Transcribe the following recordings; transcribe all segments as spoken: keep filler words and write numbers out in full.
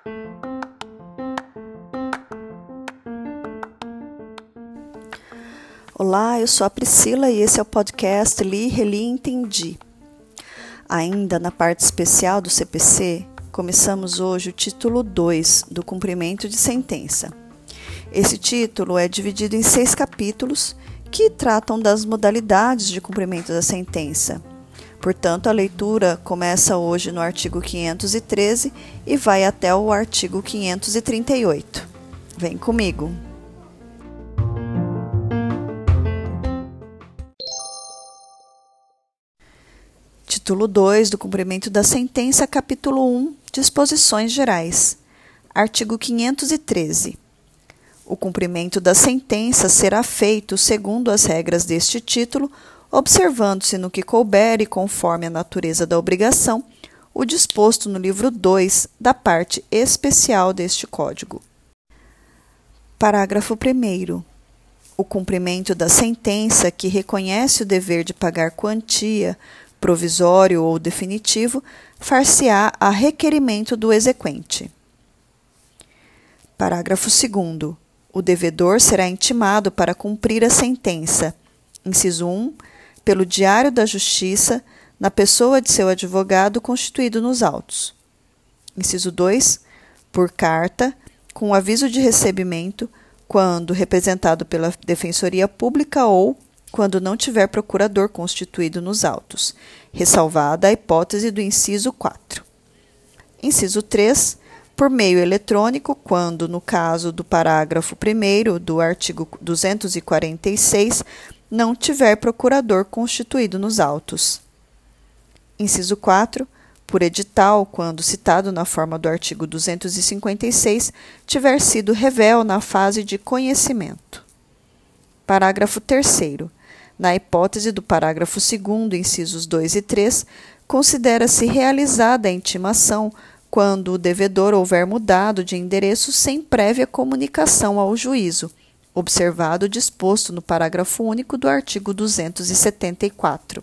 Olá, eu sou a Priscila e esse é o podcast Li, Reli e Entendi. Ainda na parte especial do C P C, começamos hoje o título dois do cumprimento de sentença. Esse título é dividido em seis capítulos que tratam das modalidades de cumprimento da sentença. Portanto, a leitura começa hoje no artigo quinhentos e treze e vai até o artigo quinhentos e trinta e oito. Vem comigo! Título dois do cumprimento da sentença, capítulo um, disposições gerais. Artigo quinhentos e treze. O cumprimento da sentença será feito segundo as regras deste título, observando-se no que couber e conforme a natureza da obrigação, o disposto no livro dois da parte especial deste Código. Parágrafo primeiro. O cumprimento da sentença que reconhece o dever de pagar quantia, provisório ou definitivo, far-se-á a requerimento do exequente. Parágrafo segundo. O devedor será intimado para cumprir a sentença, inciso um, pelo Diário da Justiça, na pessoa de seu advogado constituído nos autos. Inciso dois, por carta, com aviso de recebimento, quando representado pela Defensoria Pública ou quando não tiver procurador constituído nos autos, ressalvada a hipótese do inciso quatro. Inciso três, por meio eletrônico, quando, no caso do parágrafo primeiro do artigo duzentos e quarenta e seis, não tiver procurador constituído nos autos. Inciso quatro, por edital, quando citado na forma do artigo duzentos e cinquenta e seis, tiver sido revel na fase de conhecimento. Parágrafo terceiro. Na hipótese do parágrafo segundo, incisos dois e três, considera-se realizada a intimação quando o devedor houver mudado de endereço sem prévia comunicação ao juízo, observado o disposto no parágrafo único do artigo duzentos e setenta e quatro.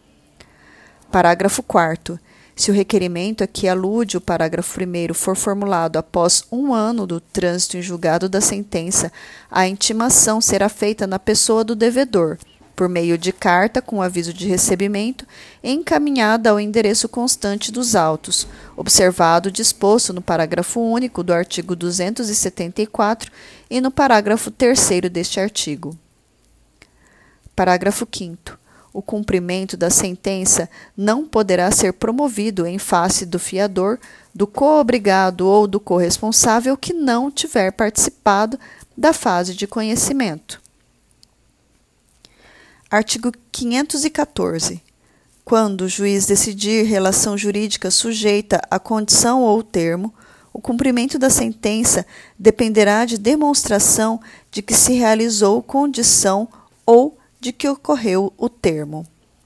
Parágrafo quarto. Se o requerimento a que alude o parágrafo primeiro for formulado após um ano do trânsito em julgado da sentença, a intimação será feita na pessoa do devedor, por meio de carta com aviso de recebimento, encaminhada ao endereço constante dos autos, observado o disposto no parágrafo único do artigo duzentos e setenta e quatro e no parágrafo terceiro deste artigo. Parágrafo quinto. O cumprimento da sentença não poderá ser promovido em face do fiador, do coobrigado ou do corresponsável que não tiver participado da fase de conhecimento. Artigo quinhentos e quatorze. Quando o juiz decidir relação jurídica sujeita a condição ou termo, o cumprimento da sentença dependerá de demonstração de que se realizou condição ou de que ocorreu o termo.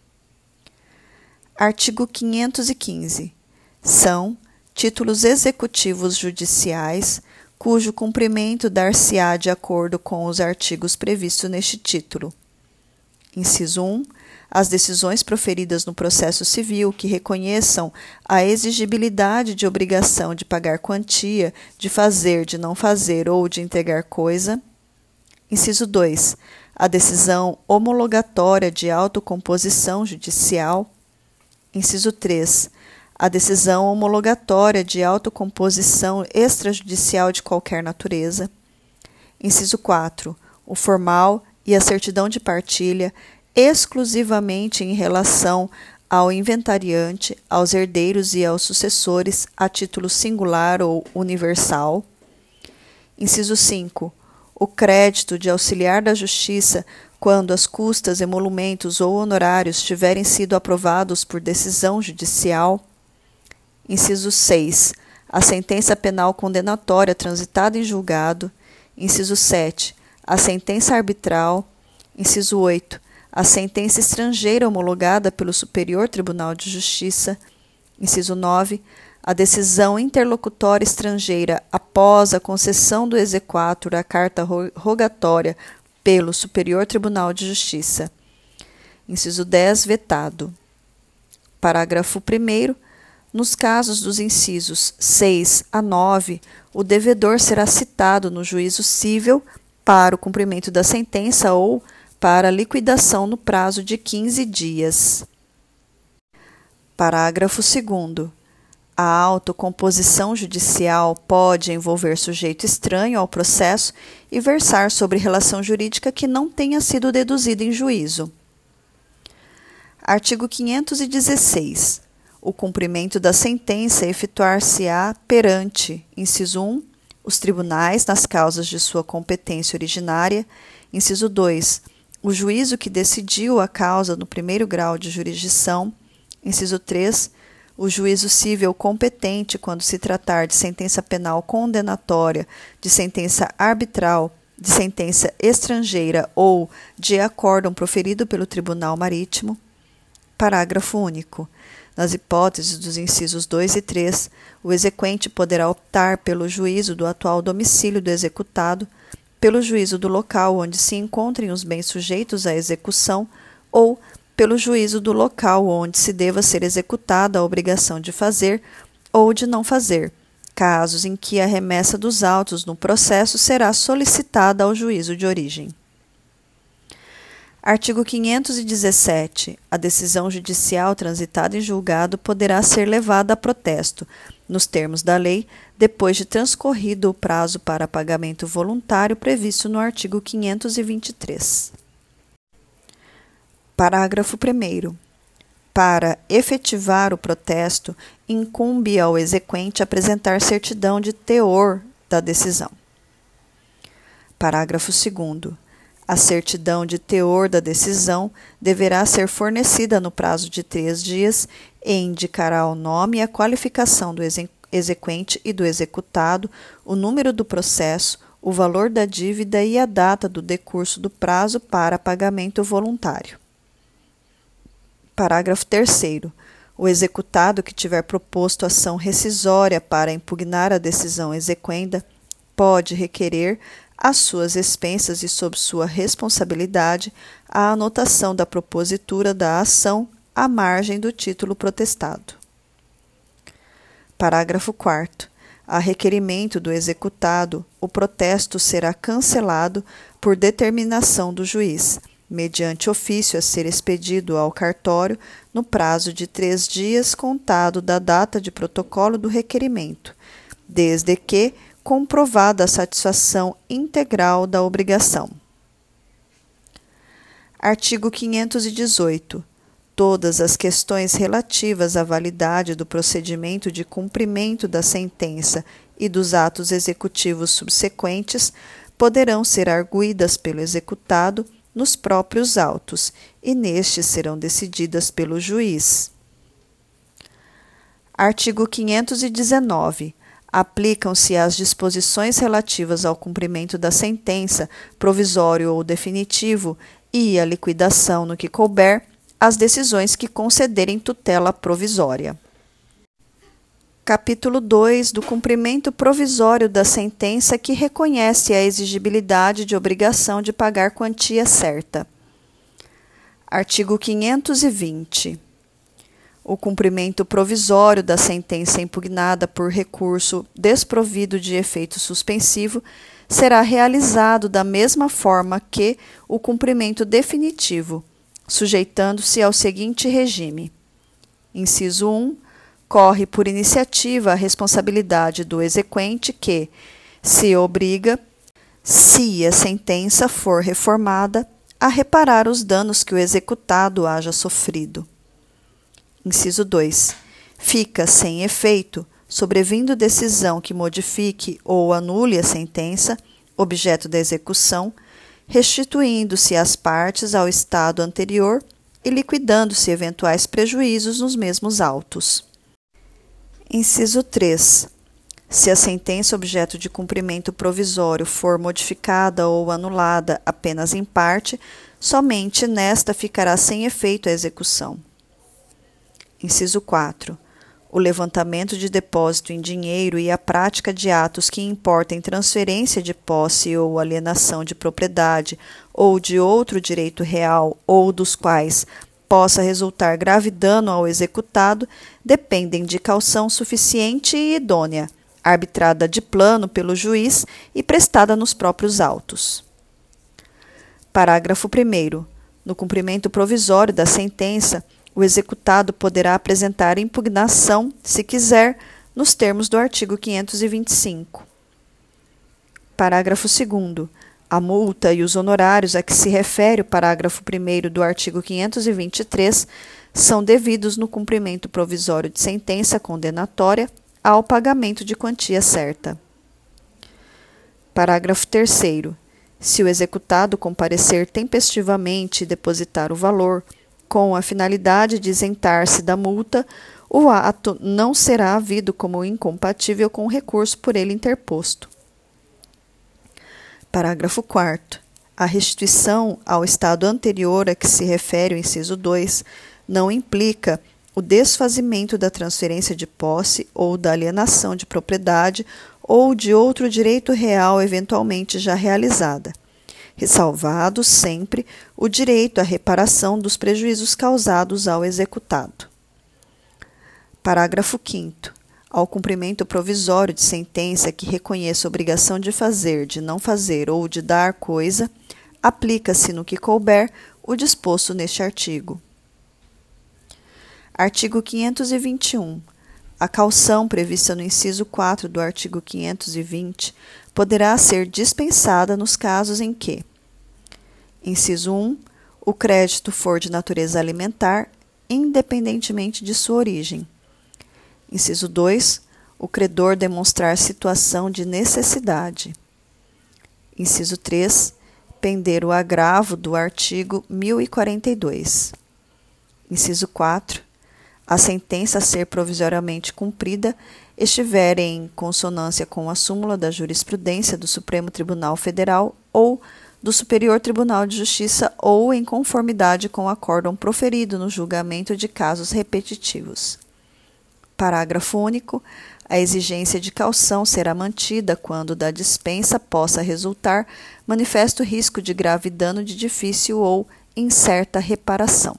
Artigo quinhentos e quinze. São títulos executivos judiciais, cujo cumprimento dar-se-á de acordo com os artigos previstos neste título. Inciso um. As decisões proferidas no processo civil que reconheçam a exigibilidade de obrigação de pagar quantia, de fazer, de não fazer ou de entregar coisa. Inciso dois. A decisão homologatória de autocomposição judicial. Inciso três. A decisão homologatória de autocomposição extrajudicial de qualquer natureza. Inciso quatro. O formal e a certidão de partilha exclusivamente em relação ao inventariante, aos herdeiros e aos sucessores a título singular ou universal. Inciso cinco. O crédito de auxiliar da justiça quando as custas, emolumentos ou honorários tiverem sido aprovados por decisão judicial. Inciso seis. A sentença penal condenatória transitada em julgado. Inciso sete. A sentença arbitral. Inciso oito. A sentença estrangeira homologada pelo Superior Tribunal de Justiça. Inciso nove. A decisão interlocutória estrangeira após a concessão do exequatur à carta rogatória pelo Superior Tribunal de Justiça. Inciso dez. Vetado. Parágrafo primeiro. Nos casos dos incisos seis a nove, o devedor será citado no juízo cível para o cumprimento da sentença ou para a liquidação no prazo de quinze dias. Parágrafo segundo. A autocomposição judicial pode envolver sujeito estranho ao processo e versar sobre relação jurídica que não tenha sido deduzida em juízo. Artigo quinhentos e dezesseis. O cumprimento da sentença efetuar-se-á perante, inciso um, os tribunais nas causas de sua competência originária, inciso dois, o juízo que decidiu a causa no primeiro grau de jurisdição, inciso três, o juízo cível competente quando se tratar de sentença penal condenatória, de sentença arbitral, de sentença estrangeira ou de acórdão proferido pelo Tribunal Marítimo. Parágrafo único. Nas hipóteses dos incisos dois e três, o exequente poderá optar pelo juízo do atual domicílio do executado, pelo juízo do local onde se encontrem os bens sujeitos à execução ou pelo juízo do local onde se deva ser executada a obrigação de fazer ou de não fazer, casos em que a remessa dos autos no processo será solicitada ao juízo de origem. Artigo quinhentos e dezessete. A decisão judicial transitada em julgado poderá ser levada a protesto, nos termos da lei, depois de transcorrido o prazo para pagamento voluntário previsto no artigo quinhentos e vinte e três. Parágrafo primeiro. Para efetivar o protesto, incumbe ao exequente apresentar certidão de teor da decisão. Parágrafo segundo. A certidão de teor da decisão deverá ser fornecida no prazo de três dias e indicará o nome e a qualificação do exequente e do executado, o número do processo, o valor da dívida e a data do decurso do prazo para pagamento voluntário. Parágrafo terceiro. O executado que tiver proposto ação rescisória para impugnar a decisão exequenda pode requerer, às suas expensas e sob sua responsabilidade, a anotação da propositura da ação à margem do título protestado. Parágrafo quarto. A requerimento do executado, o protesto será cancelado por determinação do juiz, mediante ofício a ser expedido ao cartório no prazo de três dias contado da data de protocolo do requerimento, desde que comprovada a satisfação integral da obrigação. Artigo quinhentos e dezoito. Todas as questões relativas à validade do procedimento de cumprimento da sentença e dos atos executivos subsequentes poderão ser arguidas pelo executado nos próprios autos, e nestes serão decididas pelo juiz. Artigo quinhentos e dezenove. Aplicam-se às disposições relativas ao cumprimento da sentença, provisório ou definitivo, e à liquidação no que couber, as decisões que concederem tutela provisória. Capítulo dois do cumprimento provisório da sentença que reconhece a exigibilidade de obrigação de pagar quantia certa. Artigo quinhentos e vinte. O cumprimento provisório da sentença impugnada por recurso desprovido de efeito suspensivo será realizado da mesma forma que o cumprimento definitivo, sujeitando-se ao seguinte regime. Inciso um. Corre por iniciativa a responsabilidade do exequente que se obriga, se a sentença for reformada, a reparar os danos que o executado haja sofrido. Inciso dois. Fica sem efeito, sobrevindo decisão que modifique ou anule a sentença, objeto da execução, restituindo-se as partes ao estado anterior e liquidando-se eventuais prejuízos nos mesmos autos. Inciso três. Se a sentença objeto de cumprimento provisório for modificada ou anulada apenas em parte, somente nesta ficará sem efeito a execução. Inciso quatro. O levantamento de depósito em dinheiro e a prática de atos que importem transferência de posse ou alienação de propriedade ou de outro direito real ou dos quais possa resultar grave dano ao executado dependem de caução suficiente e idônea, arbitrada de plano pelo juiz e prestada nos próprios autos. Parágrafo primeiro. No cumprimento provisório da sentença, o executado poderá apresentar impugnação, se quiser, nos termos do artigo quinhentos e vinte e cinco. Parágrafo segundo. A multa e os honorários a que se refere o parágrafo primeiro do artigo quinhentos e vinte e três são devidos no cumprimento provisório de sentença condenatória ao pagamento de quantia certa. Parágrafo terceiro. Se o executado comparecer tempestivamente e depositar o valor, com a finalidade de isentar-se da multa, o ato não será havido como incompatível com o recurso por ele interposto. Parágrafo quarto. A restituição ao estado anterior a que se refere o inciso dois não implica o desfazimento da transferência de posse ou da alienação de propriedade ou de outro direito real eventualmente já realizada, ressalvado sempre o direito à reparação dos prejuízos causados ao executado. Parágrafo quinto. Ao cumprimento provisório de sentença que reconheça obrigação de fazer, de não fazer ou de dar coisa, aplica-se no que couber o disposto neste artigo. Artigo quinhentos e vinte e um. A caução prevista no inciso quatro do artigo quinhentos e vinte poderá ser dispensada nos casos em que: inciso um. O crédito for de natureza alimentar, independentemente de sua origem. Inciso dois. O credor demonstrar situação de necessidade. Inciso três. Pender o agravo do artigo mil e quarenta e dois. Inciso quatro. A sentença a ser provisoriamente cumprida estiver em consonância com a súmula da jurisprudência do Supremo Tribunal Federal ou do Superior Tribunal de Justiça ou em conformidade com o acórdão proferido no julgamento de casos repetitivos. Parágrafo único. A exigência de caução será mantida quando da dispensa possa resultar manifesto risco de grave dano de difícil ou incerta reparação.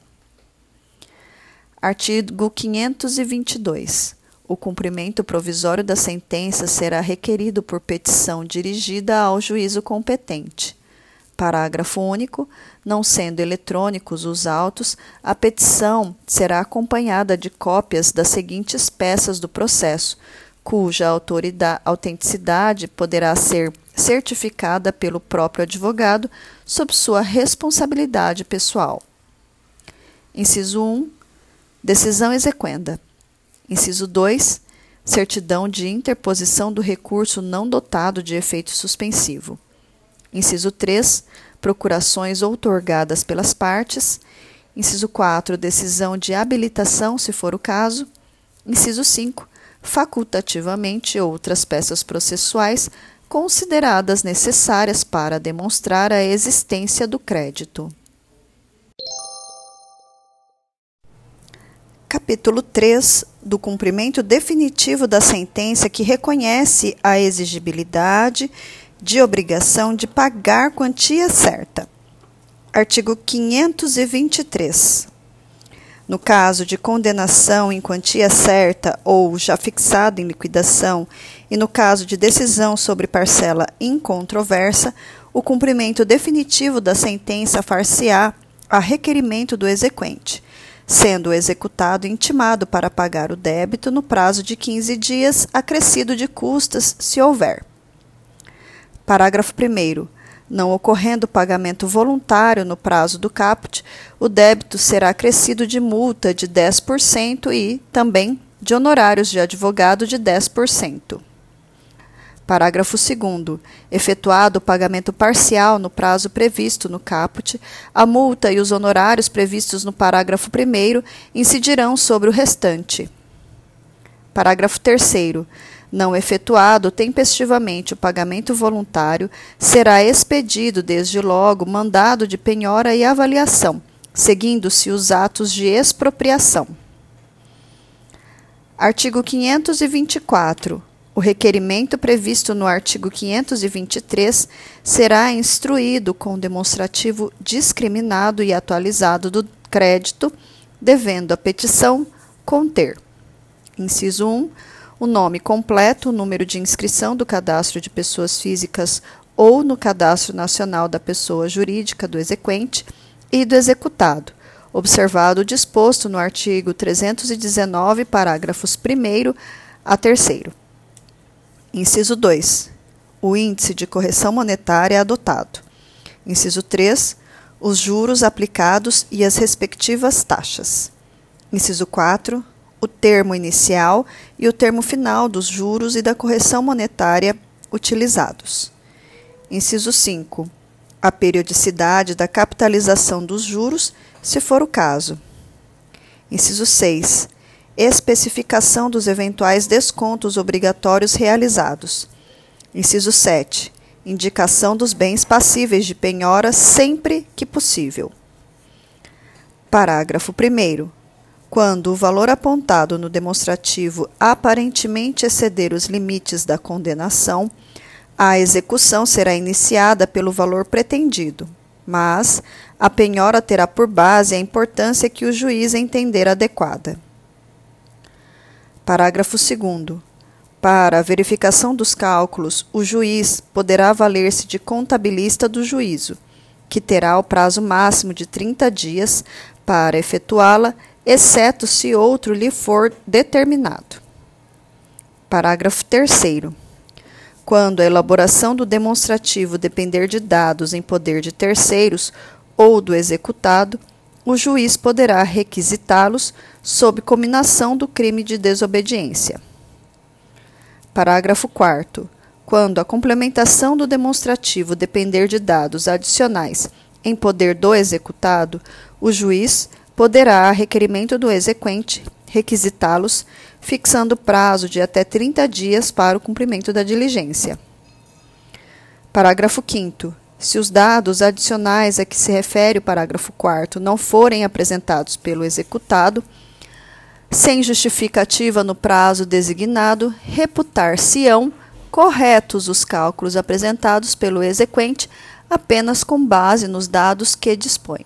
Artigo quinhentos e vinte e dois. O cumprimento provisório da sentença será requerido por petição dirigida ao juízo competente. Parágrafo único. Não sendo eletrônicos os autos, a petição será acompanhada de cópias das seguintes peças do processo, cuja autenticidade poderá ser certificada pelo próprio advogado sob sua responsabilidade pessoal. Inciso um. Decisão exequenda. Inciso dois. Certidão de interposição do recurso não dotado de efeito suspensivo. Inciso três. Procurações outorgadas pelas partes. Inciso quatro. Decisão de habilitação, se for o caso. Inciso cinco. Facultativamente outras peças processuais consideradas necessárias para demonstrar a existência do crédito. Capítulo três do cumprimento definitivo da sentença que reconhece a exigibilidade de obrigação de pagar quantia certa. Artigo quinhentos e vinte e três. No caso de condenação em quantia certa ou já fixada em liquidação, e no caso de decisão sobre parcela incontroversa, o cumprimento definitivo da sentença far-se-á a requerimento do exequente, sendo o executado intimado para pagar o débito no prazo de quinze dias, acrescido de custas, se houver. Parágrafo primeiro. Não ocorrendo pagamento voluntário no prazo do caput, o débito será acrescido de multa de dez por cento e, também, de honorários de advogado de dez por cento. Parágrafo segundo. Efetuado o pagamento parcial no prazo previsto no caput, a multa e os honorários previstos no parágrafo primeiro incidirão sobre o restante. Parágrafo terceiro. Não efetuado tempestivamente o pagamento voluntário, será expedido desde logo mandado de penhora e avaliação, seguindo-se os atos de expropriação. Artigo quinhentos e vinte e quatro. O requerimento previsto no artigo quinhentos e vinte e três será instruído com demonstrativo discriminado e atualizado do crédito, devendo a petição conter: Inciso um. O nome completo, o número de inscrição do cadastro de pessoas físicas ou no Cadastro Nacional da Pessoa Jurídica do exequente e do executado, observado o disposto no artigo trezentos e dezenove, parágrafos primeiro a terceiro. Inciso dois. O índice de correção monetária adotado. Inciso três. Os juros aplicados e as respectivas taxas. Inciso quatro. O termo inicial e o termo final dos juros e da correção monetária utilizados. Inciso cinco. A periodicidade da capitalização dos juros, se for o caso. Inciso seis. Especificação dos eventuais descontos obrigatórios realizados. Inciso sete. Indicação dos bens passíveis de penhora sempre que possível. Parágrafo primeiro. Quando o valor apontado no demonstrativo aparentemente exceder os limites da condenação, a execução será iniciada pelo valor pretendido, mas a penhora terá por base a importância que o juiz entender adequada. Parágrafo segundo. Para a verificação dos cálculos, o juiz poderá valer-se de contabilista do juízo, que terá o prazo máximo de trinta dias para efetuá-la, exceto se outro lhe for determinado. Parágrafo terceiro. Quando a elaboração do demonstrativo depender de dados em poder de terceiros ou do executado, o juiz poderá requisitá-los sob cominação do crime de desobediência. Parágrafo quarto. Quando a complementação do demonstrativo depender de dados adicionais em poder do executado, o juiz poderá, a requerimento do exequente, requisitá-los, fixando prazo de até trinta dias para o cumprimento da diligência. Parágrafo quinto. Se os dados adicionais a que se refere o parágrafo quarto não forem apresentados pelo executado, sem justificativa no prazo designado, reputar-se-ão corretos os cálculos apresentados pelo exequente apenas com base nos dados que dispõe.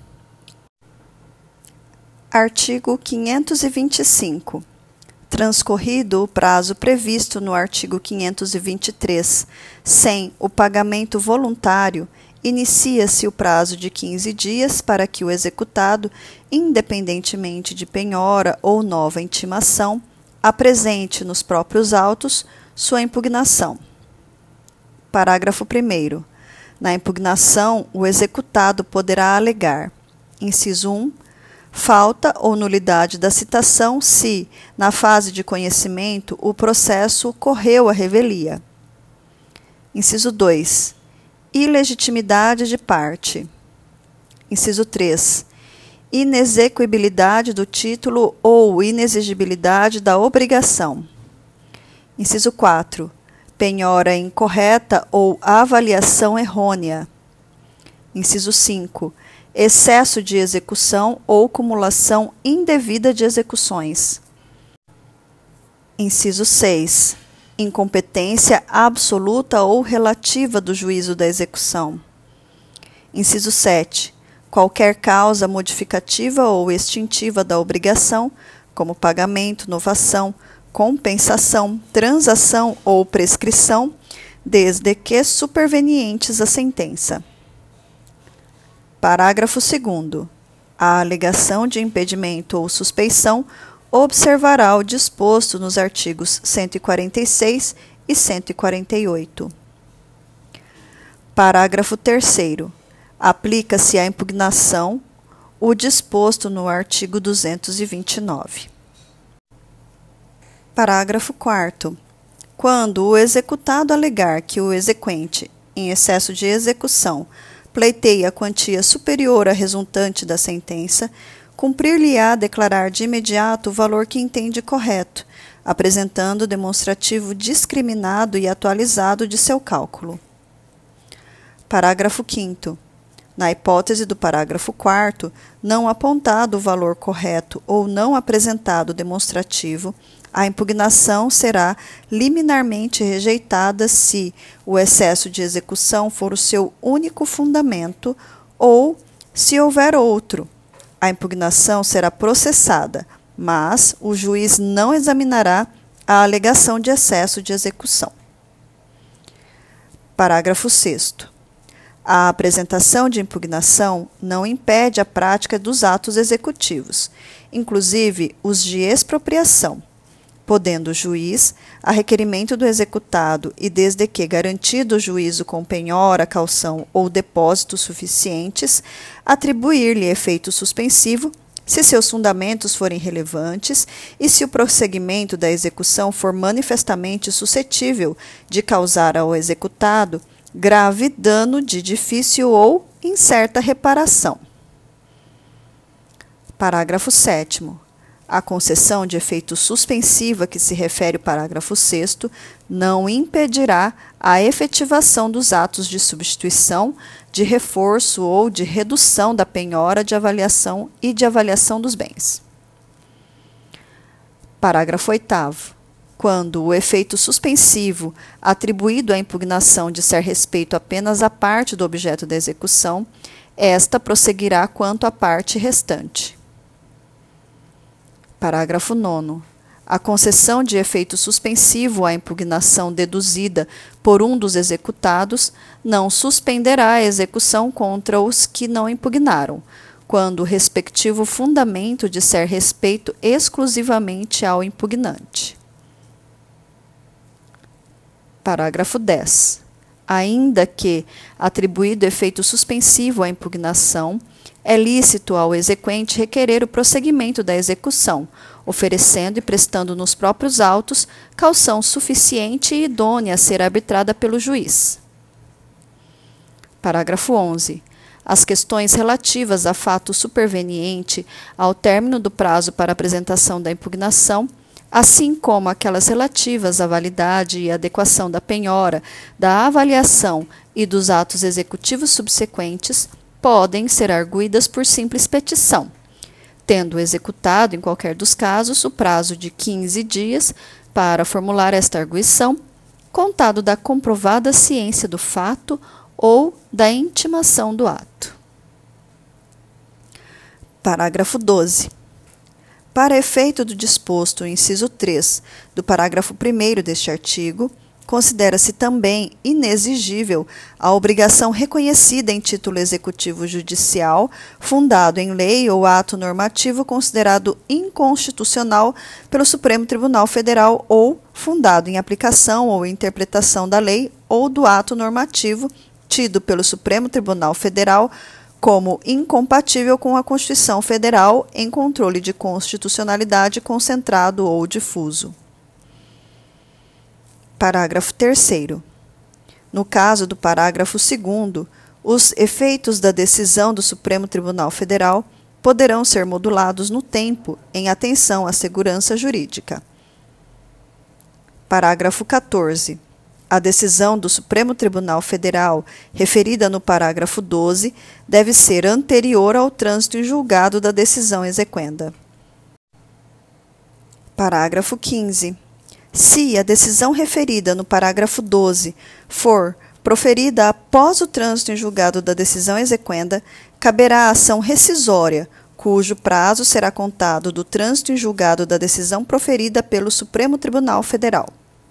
Artigo quinhentos e vinte e cinco. Transcorrido o prazo previsto no artigo quinhentos e vinte e três, sem o pagamento voluntário, inicia-se o prazo de quinze dias para que o executado, independentemente de penhora ou nova intimação, apresente nos próprios autos sua impugnação. Parágrafo primeiro. Na impugnação, o executado poderá alegar: inciso um. Falta ou nulidade da citação se, na fase de conhecimento, o processo correu à revelia. Inciso dois. Ilegitimidade de parte. Inciso três. Inexequibilidade do título ou inexigibilidade da obrigação. Inciso quatro. Penhora incorreta ou avaliação errônea. Inciso cinco. Excesso de execução ou cumulação indevida de execuções. Inciso seis. Incompetência absoluta ou relativa do juízo da execução. Inciso sete. Qualquer causa modificativa ou extintiva da obrigação, como pagamento, novação, compensação, transação ou prescrição, desde que supervenientes à sentença. Parágrafo segundo. A alegação de impedimento ou suspeição observará o disposto nos artigos cento e quarenta e seis e cento e quarenta e oito. Parágrafo terceiro. Aplica-se à impugnação o disposto no artigo duzentos e vinte e nove. Parágrafo quarto. Quando o executado alegar que o exequente, em excesso de execução, pleiteia a quantia superior à resultante da sentença, cumprir-lhe-á declarar de imediato o valor que entende correto, apresentando demonstrativo discriminado e atualizado de seu cálculo. Parágrafo quinto. Na hipótese do parágrafo quarto, não apontado o valor correto ou não apresentado o demonstrativo, a impugnação será liminarmente rejeitada se o excesso de execução for o seu único fundamento ou, se houver outro, a impugnação será processada, mas o juiz não examinará a alegação de excesso de execução. Parágrafo sexto. A apresentação de impugnação não impede a prática dos atos executivos, inclusive os de expropriação, podendo o juiz, a requerimento do executado e desde que garantido o juízo com penhora, caução ou depósitos suficientes, atribuir-lhe efeito suspensivo, se seus fundamentos forem relevantes e se o prosseguimento da execução for manifestamente suscetível de causar ao executado grave dano de difícil ou incerta reparação. Parágrafo sétimo. A concessão de efeito suspensivo a que se refere o parágrafo sexto não impedirá a efetivação dos atos de substituição, de reforço ou de redução da penhora de avaliação e de avaliação dos bens. Parágrafo oitavo. Quando o efeito suspensivo atribuído à impugnação disser respeito apenas à parte do objeto da execução, esta prosseguirá quanto à parte restante. Parágrafo nono. A concessão de efeito suspensivo à impugnação deduzida por um dos executados não suspenderá a execução contra os que não impugnaram, quando o respectivo fundamento disser respeito exclusivamente ao impugnante. Parágrafo dez. Ainda que atribuído efeito suspensivo à impugnação, é lícito ao exequente requerer o prosseguimento da execução, oferecendo e prestando nos próprios autos caução suficiente e idônea a ser arbitrada pelo juiz. Parágrafo onze. As questões relativas a fato superveniente ao término do prazo para apresentação da impugnação, assim como aquelas relativas à validade e adequação da penhora, da avaliação e dos atos executivos subsequentes, podem ser arguidas por simples petição, tendo executado, em qualquer dos casos, o prazo de quinze dias para formular esta arguição, contado da comprovada ciência do fato ou da intimação do ato. Parágrafo doze. Para efeito do disposto no inciso três do parágrafo primeiro deste artigo, considera-se também inexigível a obrigação reconhecida em título executivo judicial, fundado em lei ou ato normativo considerado inconstitucional pelo Supremo Tribunal Federal ou fundado em aplicação ou interpretação da lei ou do ato normativo tido pelo Supremo Tribunal Federal como incompatível com a Constituição Federal em controle de constitucionalidade concentrado ou difuso. Parágrafo terceiro. No caso do parágrafo segundo, os efeitos da decisão do Supremo Tribunal Federal poderão ser modulados no tempo em atenção à segurança jurídica. Parágrafo quatorze. A decisão do Supremo Tribunal Federal, referida no parágrafo doze, deve ser anterior ao trânsito em julgado da decisão exequenda. Parágrafo quinze. Se a decisão referida no parágrafo doze for proferida após o trânsito em julgado da decisão exequenda, caberá a ação rescisória, cujo prazo será contado do trânsito em julgado da decisão proferida pelo Supremo Tribunal Federal.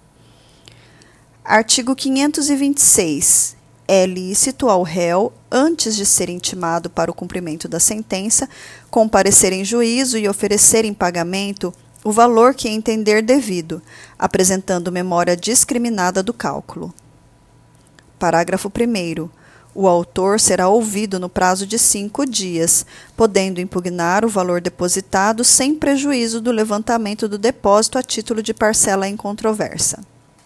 Artigo quinhentos e vinte e seis. É lícito ao réu, antes de ser intimado para o cumprimento da sentença, comparecer em juízo e oferecer em pagamento o valor que entender devido, apresentando memória discriminada do cálculo. Parágrafo primeiro. O autor será ouvido no prazo de cinco dias, podendo impugnar o valor depositado sem prejuízo do levantamento do depósito a título de parcela incontroversa.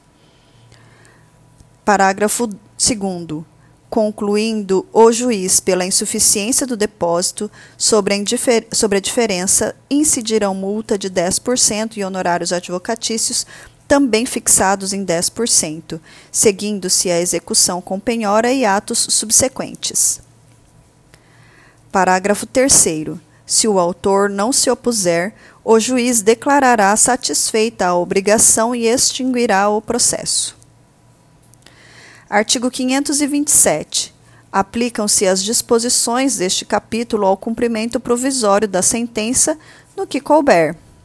Parágrafo segundo. Concluindo o juiz pela insuficiência do depósito, sobre a, indifer- sobre a diferença incidirão multa de dez por cento e honorários advocatícios também fixados em dez por cento, seguindo-se a execução com penhora e atos subsequentes. Parágrafo terceiro. Se o autor não se opuser, o juiz declarará satisfeita a obrigação e extinguirá o processo. Artigo quinhentos e vinte e sete. Aplicam-se as disposições deste capítulo ao cumprimento provisório da sentença no que couber.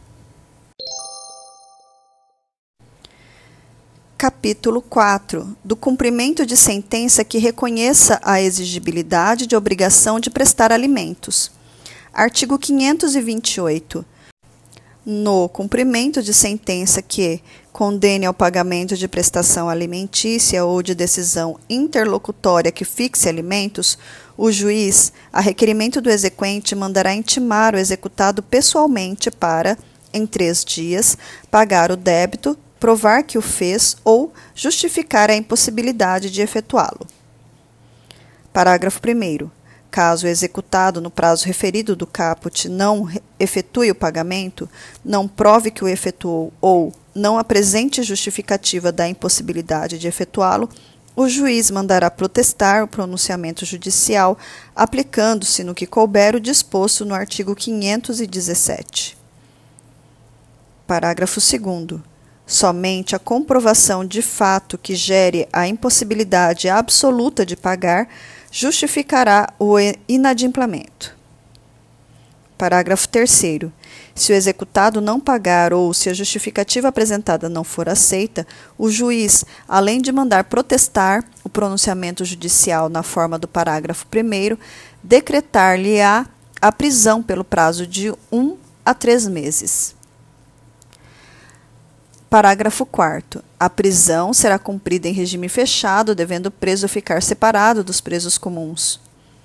Capítulo quatro. Do cumprimento de sentença que reconheça a exigibilidade de obrigação de prestar alimentos. Artigo quinhentos e vinte e oito. No cumprimento de sentença que condene ao pagamento de prestação alimentícia ou de decisão interlocutória que fixe alimentos, o juiz, a requerimento do exequente, mandará intimar o executado pessoalmente para, em três dias, pagar o débito, provar que o fez ou justificar a impossibilidade de efetuá-lo. Parágrafo primeiro. Caso o executado, no prazo referido do caput, não efetue o pagamento, não prove que o efetuou ou não apresente justificativa da impossibilidade de efetuá-lo, o juiz mandará protestar o pronunciamento judicial, aplicando-se no que couber o disposto no artigo quinhentos e dezessete. Parágrafo segundo. Somente a comprovação de fato que gere a impossibilidade absoluta de pagar justificará o inadimplemento. Parágrafo terceiro. Se o executado não pagar ou se a justificativa apresentada não for aceita, o juiz, além de mandar protestar o pronunciamento judicial na forma do parágrafo primeiro, decretar-lhe-á a prisão pelo prazo de um a três meses. Parágrafo quarto. A prisão será cumprida em regime fechado, devendo o preso ficar separado dos presos comuns.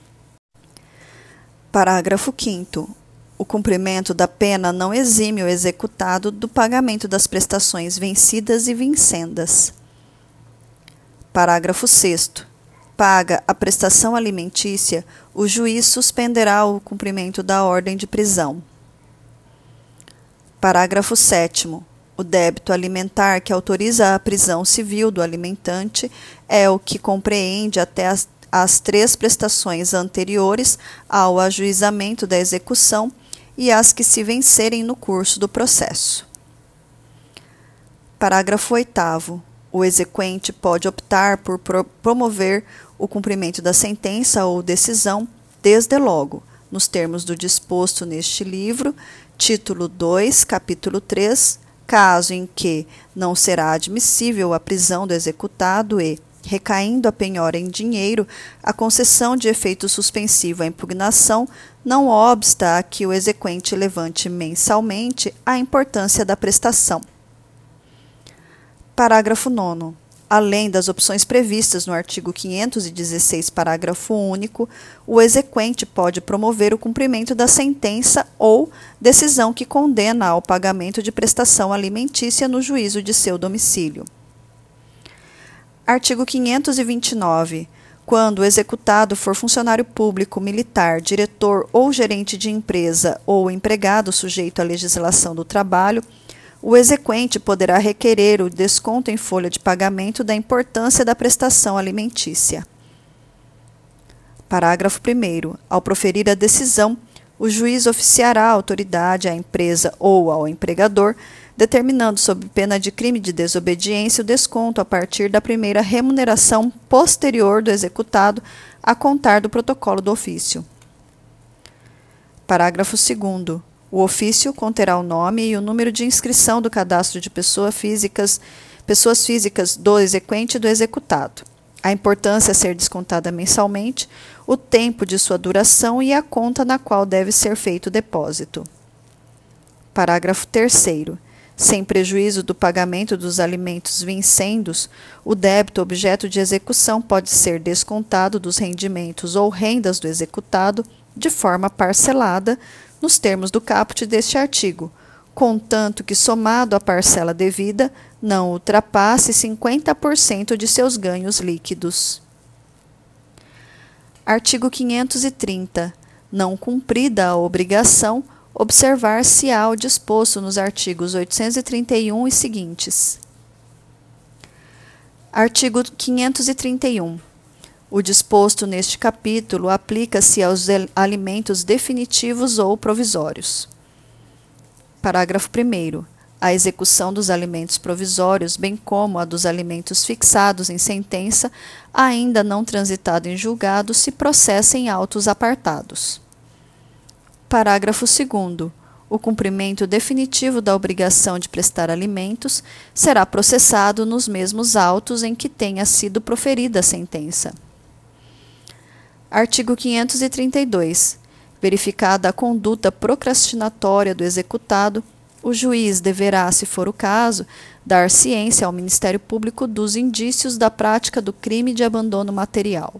Parágrafo quinto. O cumprimento da pena não exime o executado do pagamento das prestações vencidas e vincendas. Parágrafo sexto. Paga a prestação alimentícia, o juiz suspenderá o cumprimento da ordem de prisão. Parágrafo sétimo. O débito alimentar que autoriza a prisão civil do alimentante é o que compreende até as, as três prestações anteriores ao ajuizamento da execução e as que se vencerem no curso do processo. Parágrafo oitavo. O exequente pode optar por pro promover o cumprimento da sentença ou decisão, desde logo, nos termos do disposto neste livro, título dois, capítulo três, caso em que não será admissível a prisão do executado e, recaindo a penhora em dinheiro, a concessão de efeito suspensivo à impugnação não obsta a que o exequente levante mensalmente a importância da prestação. Parágrafo nono. Além das opções previstas no artigo quinhentos e dezesseis, parágrafo único, o exequente pode promover o cumprimento da sentença ou decisão que condena ao pagamento de prestação alimentícia no juízo de seu domicílio. Artigo quinhentos e vinte e nove. Quando o executado for funcionário público, militar, diretor ou gerente de empresa ou empregado sujeito à legislação do trabalho, o exequente poderá requerer o desconto em folha de pagamento da importância da prestação alimentícia. Parágrafo primeiro. Ao proferir a decisão, o juiz oficiará a autoridade à empresa ou ao empregador, determinando sob pena de crime de desobediência o desconto a partir da primeira remuneração posterior do executado a contar do protocolo do ofício. Parágrafo segundo. O ofício conterá o nome e o número de inscrição do cadastro de pessoas físicas, pessoas físicas do exequente e do executado, a importância a ser descontada mensalmente, o tempo de sua duração e a conta na qual deve ser feito o depósito. Parágrafo terceiro. Sem prejuízo do pagamento dos alimentos vincendos, o débito objeto de execução pode ser descontado dos rendimentos ou rendas do executado de forma parcelada, nos termos do caput deste artigo, contanto que, somado à parcela devida, não ultrapasse cinquenta por cento de seus ganhos líquidos. Artigo quinhentos e trinta. Não cumprida a obrigação, observar-se-á o disposto nos artigos oitocentos e trinta e um e seguintes. Artigo quinhentos e trinta e um. O disposto neste capítulo aplica-se aos alimentos definitivos ou provisórios. Parágrafo primeiro. A execução dos alimentos provisórios, bem como a dos alimentos fixados em sentença, ainda não transitado em julgado, se processa em autos apartados. Parágrafo segundo. o cumprimento definitivo da obrigação de prestar alimentos será processado nos mesmos autos em que tenha sido proferida a sentença. Artigo quinhentos e trinta e dois. Verificada a conduta procrastinatória do executado, o juiz deverá, se for o caso, dar ciência ao Ministério Público dos indícios da prática do crime de abandono material.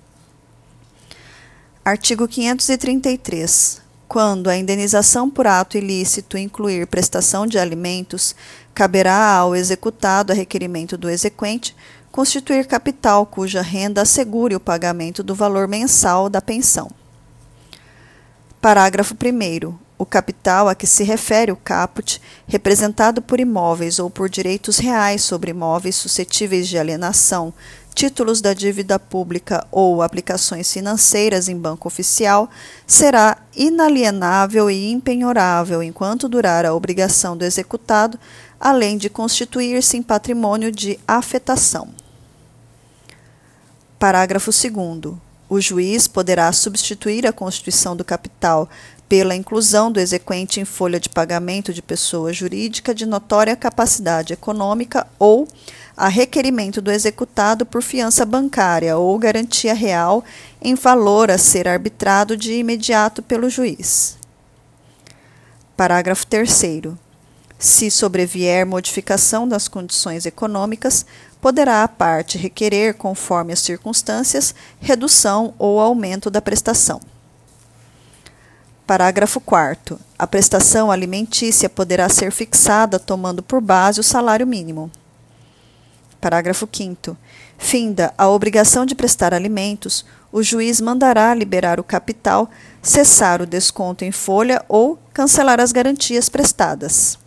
Artigo quinhentos e trinta e três. Quando a indenização por ato ilícito incluir prestação de alimentos, caberá ao executado, a requerimento do exequente, constituir capital cuja renda assegure o pagamento do valor mensal da pensão. Parágrafo primeiro. O capital a que se refere o caput, representado por imóveis ou por direitos reais sobre imóveis suscetíveis de alienação, títulos da dívida pública ou aplicações financeiras em banco oficial, será inalienável e impenhorável enquanto durar a obrigação do executado, além de constituir-se em patrimônio de afetação. Parágrafo segundo. O juiz poderá substituir a constituição do capital pela inclusão do exequente em folha de pagamento de pessoa jurídica de notória capacidade econômica ou a requerimento do executado por fiança bancária ou garantia real em valor a ser arbitrado de imediato pelo juiz. Parágrafo terceiro. Se sobrevier modificação das condições econômicas, poderá a parte requerer, conforme as circunstâncias, redução ou aumento da prestação. Parágrafo quarto. A prestação alimentícia poderá ser fixada tomando por base o salário mínimo. Parágrafo quinto. Finda a obrigação de prestar alimentos, o juiz mandará liberar o capital, cessar o desconto em folha ou cancelar as garantias prestadas.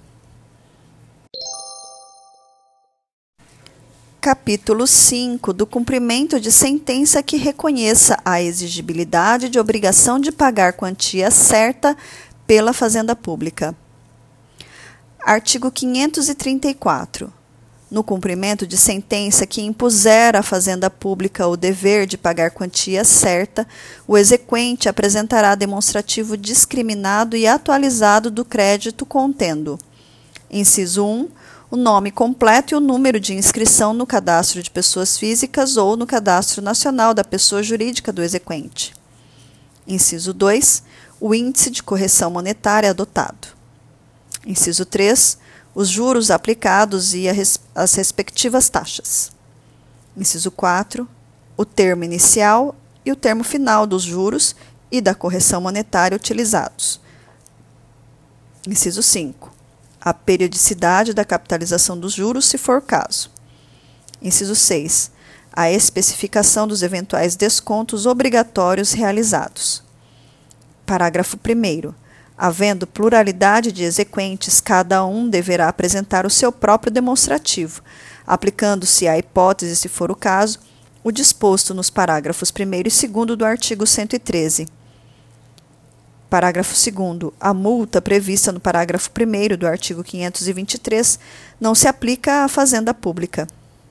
Capítulo cinco. Do cumprimento de sentença que reconheça a exigibilidade de obrigação de pagar quantia certa pela Fazenda Pública. Artigo quinhentos e trinta e quatro. No cumprimento de sentença que impuser à Fazenda Pública o dever de pagar quantia certa, o exequente apresentará demonstrativo discriminado e atualizado do crédito contendo: inciso um, o nome completo e o número de inscrição no cadastro de pessoas físicas ou no cadastro nacional da pessoa jurídica do exequente. Inciso dois, o índice de correção monetária adotado. Inciso três, os juros aplicados e as respectivas taxas. Inciso quatro, o termo inicial e o termo final dos juros e da correção monetária utilizados. Inciso cinco, a periodicidade da capitalização dos juros, se for caso. Inciso seis, a especificação dos eventuais descontos obrigatórios realizados. Parágrafo primeiro. Havendo pluralidade de exequentes, cada um deverá apresentar o seu próprio demonstrativo, aplicando-se à hipótese, se for o caso, o disposto nos parágrafos primeiro e segundo do artigo cento e treze. Parágrafo segundo. A multa prevista no parágrafo primeiro do artigo quinhentos e vinte e três não se aplica à Fazenda Pública.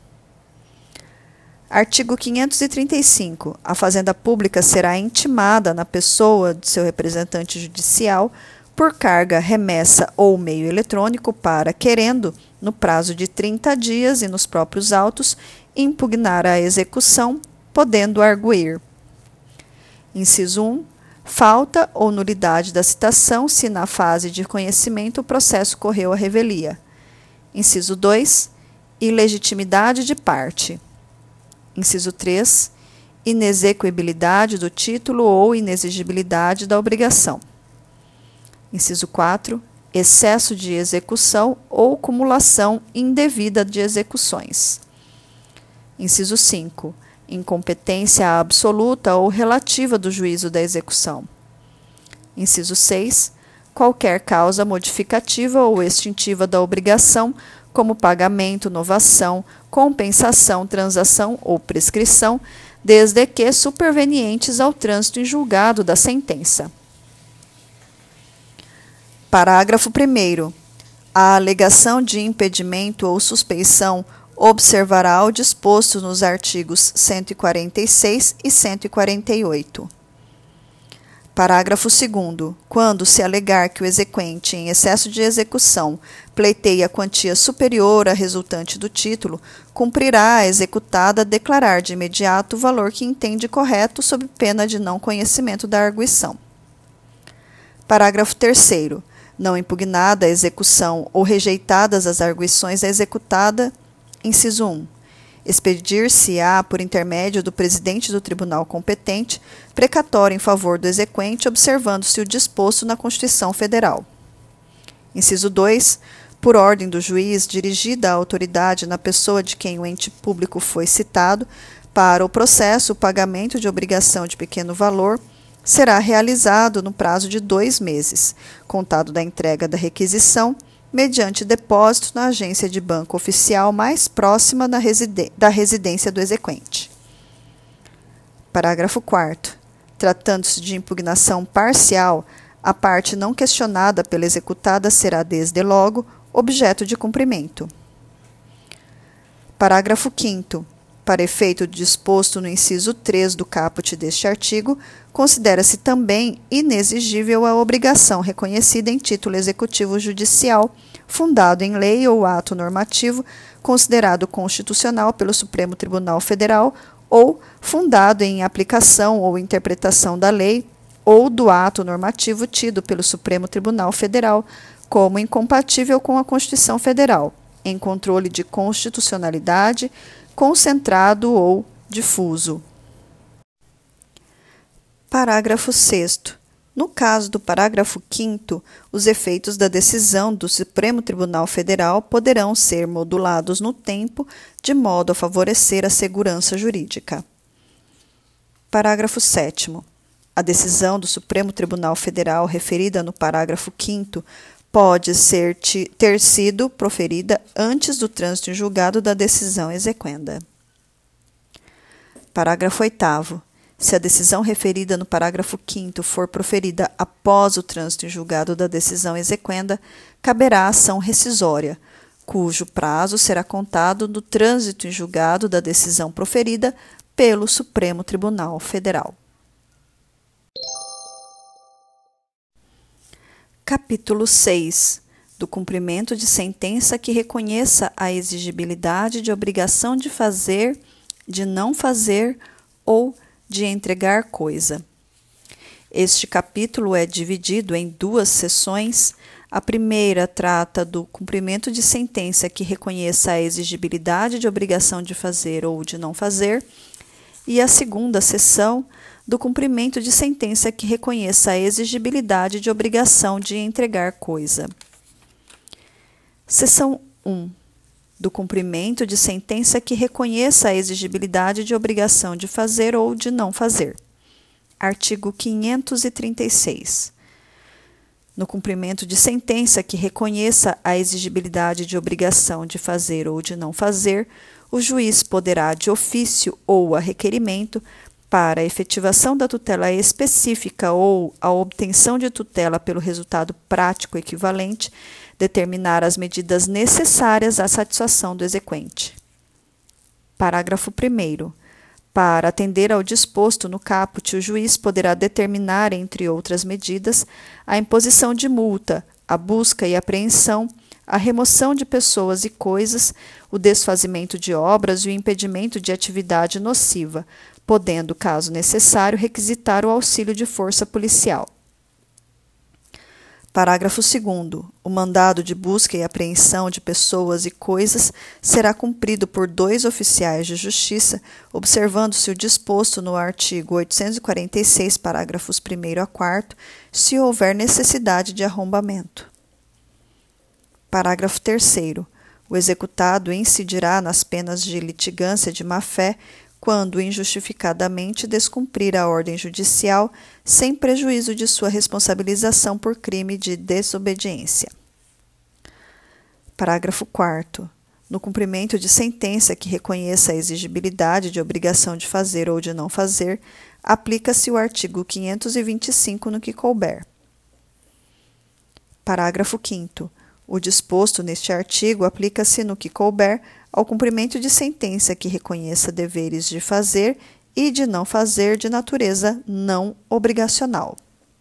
Artigo quinhentos e trinta e cinco. A Fazenda Pública será intimada na pessoa de seu representante judicial por carga, remessa ou meio eletrônico para, querendo, no prazo de trinta dias e nos próprios autos, impugnar a execução, podendo arguir. Inciso um. Falta ou nulidade da citação se na fase de conhecimento o processo correu à revelia. Inciso dois. Ilegitimidade de parte. Inciso três. Inexequibilidade do título ou inexigibilidade da obrigação. Inciso quatro. Excesso de execução ou cumulação indevida de execuções. Inciso cinco. Incompetência absoluta ou relativa do juízo da execução. Inciso seis. Qualquer causa modificativa ou extintiva da obrigação, como pagamento, novação, compensação, transação ou prescrição, desde que supervenientes ao trânsito em julgado da sentença. Parágrafo primeiro. A alegação de impedimento ou suspeição observará o disposto nos artigos cento e quarenta e seis e cento e quarenta e oito. Parágrafo segundo. Quando se alegar que o exequente, em excesso de execução, pleiteia quantia superior à resultante do título, cumprirá a executada declarar de imediato o valor que entende correto sob pena de não conhecimento da arguição. Parágrafo terceiro. Não impugnada a execução ou rejeitadas as arguições da executada, inciso um. Expedir-se-á, por intermédio do presidente do tribunal competente, precatório em favor do exequente, observando-se o disposto na Constituição Federal. Inciso dois. Por ordem do juiz, dirigida à autoridade na pessoa de quem o ente público foi citado, para o processo, o pagamento de obrigação de pequeno valor será realizado no prazo de dois meses, contado da entrega da requisição, mediante depósito na agência de banco oficial mais próxima da, residen- da residência do exequente. Parágrafo quarto. Tratando-se de impugnação parcial, a parte não questionada pela executada será, desde logo, objeto de cumprimento. Parágrafo quinto. Para efeito disposto no inciso três do caput deste artigo, considera-se também inexigível a obrigação reconhecida em título executivo judicial, fundado em lei ou ato normativo, considerado constitucional pelo Supremo Tribunal Federal, ou fundado em aplicação ou interpretação da lei ou do ato normativo tido pelo Supremo Tribunal Federal como incompatível com a Constituição Federal, em controle de constitucionalidade, concentrado ou difuso. Parágrafo sexto. No caso do parágrafo quinto, os efeitos da decisão do Supremo Tribunal Federal poderão ser modulados no tempo, de modo a favorecer a segurança jurídica. Parágrafo sétimo. A decisão do Supremo Tribunal Federal referida no parágrafo quinto pode ser ter sido proferida antes do trânsito em julgado da decisão exequenda. Parágrafo oitavo. Se a decisão referida no parágrafo quinto for proferida após o trânsito em julgado da decisão exequenda, caberá ação rescisória, cujo prazo será contado do trânsito em julgado da decisão proferida pelo Supremo Tribunal Federal. Capítulo seis. Do cumprimento de sentença que reconheça a exigibilidade de obrigação de fazer, de não fazer ou de entregar coisa. Este capítulo é dividido em duas seções. A primeira trata do cumprimento de sentença que reconheça a exigibilidade de obrigação de fazer ou de não fazer, e a segunda seção do cumprimento de sentença que reconheça a exigibilidade de obrigação de entregar coisa. Seção um. Do cumprimento de sentença que reconheça a exigibilidade de obrigação de fazer ou de não fazer. Artigo quinhentos e trinta e seis. No cumprimento de sentença que reconheça a exigibilidade de obrigação de fazer ou de não fazer, o juiz poderá, de ofício ou a requerimento, para a efetivação da tutela específica ou a obtenção de tutela pelo resultado prático equivalente, determinar as medidas necessárias à satisfação do exequente. Parágrafo primeiro. Para atender ao disposto no caput, o juiz poderá determinar, entre outras medidas, a imposição de multa, a busca e apreensão, a remoção de pessoas e coisas, o desfazimento de obras e o impedimento de atividade nociva, podendo, caso necessário, requisitar o auxílio de força policial. Parágrafo segundo. O mandado de busca e apreensão de pessoas e coisas será cumprido por dois oficiais de justiça, observando-se o disposto no artigo oitocentos e quarenta e seis, parágrafos primeiro a quarto, se houver necessidade de arrombamento. Parágrafo terceiro. O executado incidirá nas penas de litigância de má-fé quando injustificadamente descumprir a ordem judicial, sem prejuízo de sua responsabilização por crime de desobediência. Parágrafo quarto. No cumprimento de sentença que reconheça a exigibilidade de obrigação de fazer ou de não fazer, aplica-se o artigo quinhentos e vinte e cinco no que couber. Parágrafo quinto. O disposto neste artigo aplica-se no que couber ao cumprimento de sentença que reconheça deveres de fazer e de não fazer de natureza não obrigacional.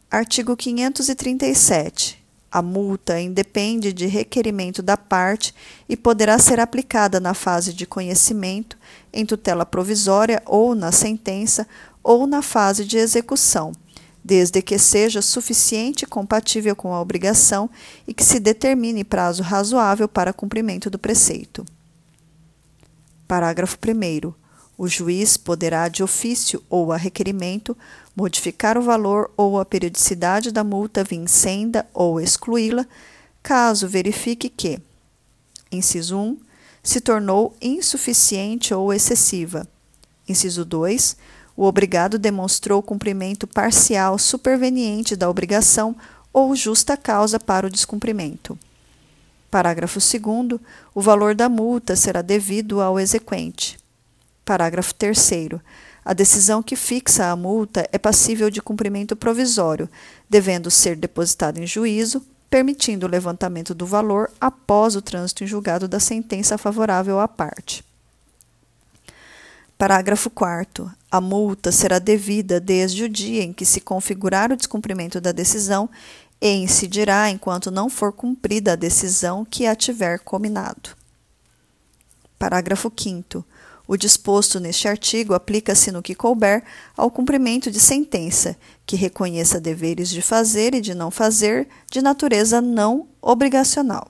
Artigo quinhentos e trinta e sete. A multa independe de requerimento da parte e poderá ser aplicada na fase de conhecimento, em tutela provisória ou na sentença, ou na fase de execução, desde que seja suficiente e compatível com a obrigação e que se determine prazo razoável para cumprimento do preceito. Parágrafo primeiro. O juiz poderá, de ofício ou a requerimento, modificar o valor ou a periodicidade da multa vincenda ou excluí-la, caso verifique que: inciso um, se tornou insuficiente ou excessiva. Inciso dois, o obrigado demonstrou cumprimento parcial superveniente da obrigação ou justa causa para o descumprimento. Parágrafo segundo, o valor da multa será devido ao exequente. Parágrafo terceiro. A decisão que fixa a multa é passível de cumprimento provisório, devendo ser depositada em juízo, permitindo o levantamento do valor após o trânsito em julgado da sentença favorável à parte. Parágrafo quarto. A multa será devida desde o dia em que se configurar o descumprimento da decisão e incidirá enquanto não for cumprida a decisão que a tiver cominado. Parágrafo quinto. O disposto neste artigo aplica-se no que couber ao cumprimento de sentença, que reconheça deveres de fazer e de não fazer de natureza não obrigacional.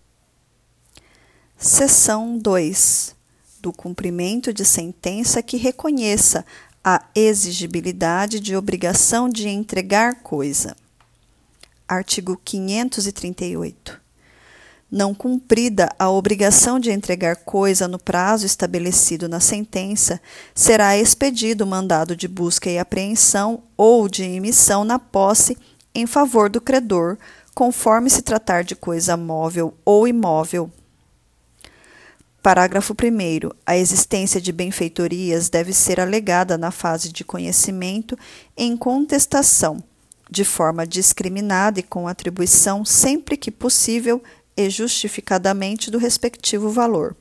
Seção dois. Do cumprimento de sentença que reconheça a exigibilidade de obrigação de entregar coisa. Artigo quinhentos e trinta e oito. Não cumprida a obrigação de entregar coisa no prazo estabelecido na sentença, será expedido mandado de busca e apreensão ou de emissão na posse em favor do credor, conforme se tratar de coisa móvel ou imóvel. Parágrafo primeiro. A existência de benfeitorias deve ser alegada na fase de conhecimento em contestação, de forma discriminada e com atribuição sempre que possível e justificadamente do respectivo valor.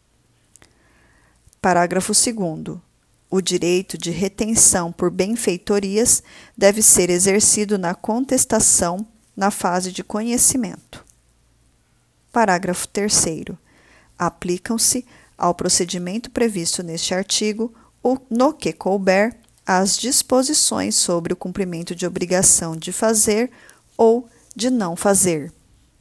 Parágrafo segundo. O direito de retenção por benfeitorias deve ser exercido na contestação na fase de conhecimento. Parágrafo terceiro. Aplicam-se ao procedimento previsto neste artigo, no que couber, as disposições sobre o cumprimento de obrigação de fazer ou de não fazer.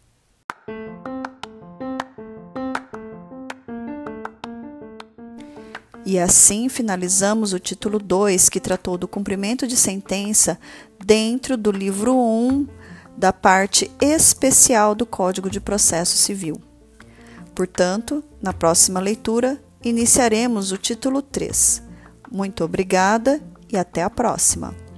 E assim finalizamos o título dois, que tratou do cumprimento de sentença dentro do livro um da parte especial do Código de Processo Civil. Portanto, na próxima leitura, iniciaremos o título três. Muito obrigada e até a próxima!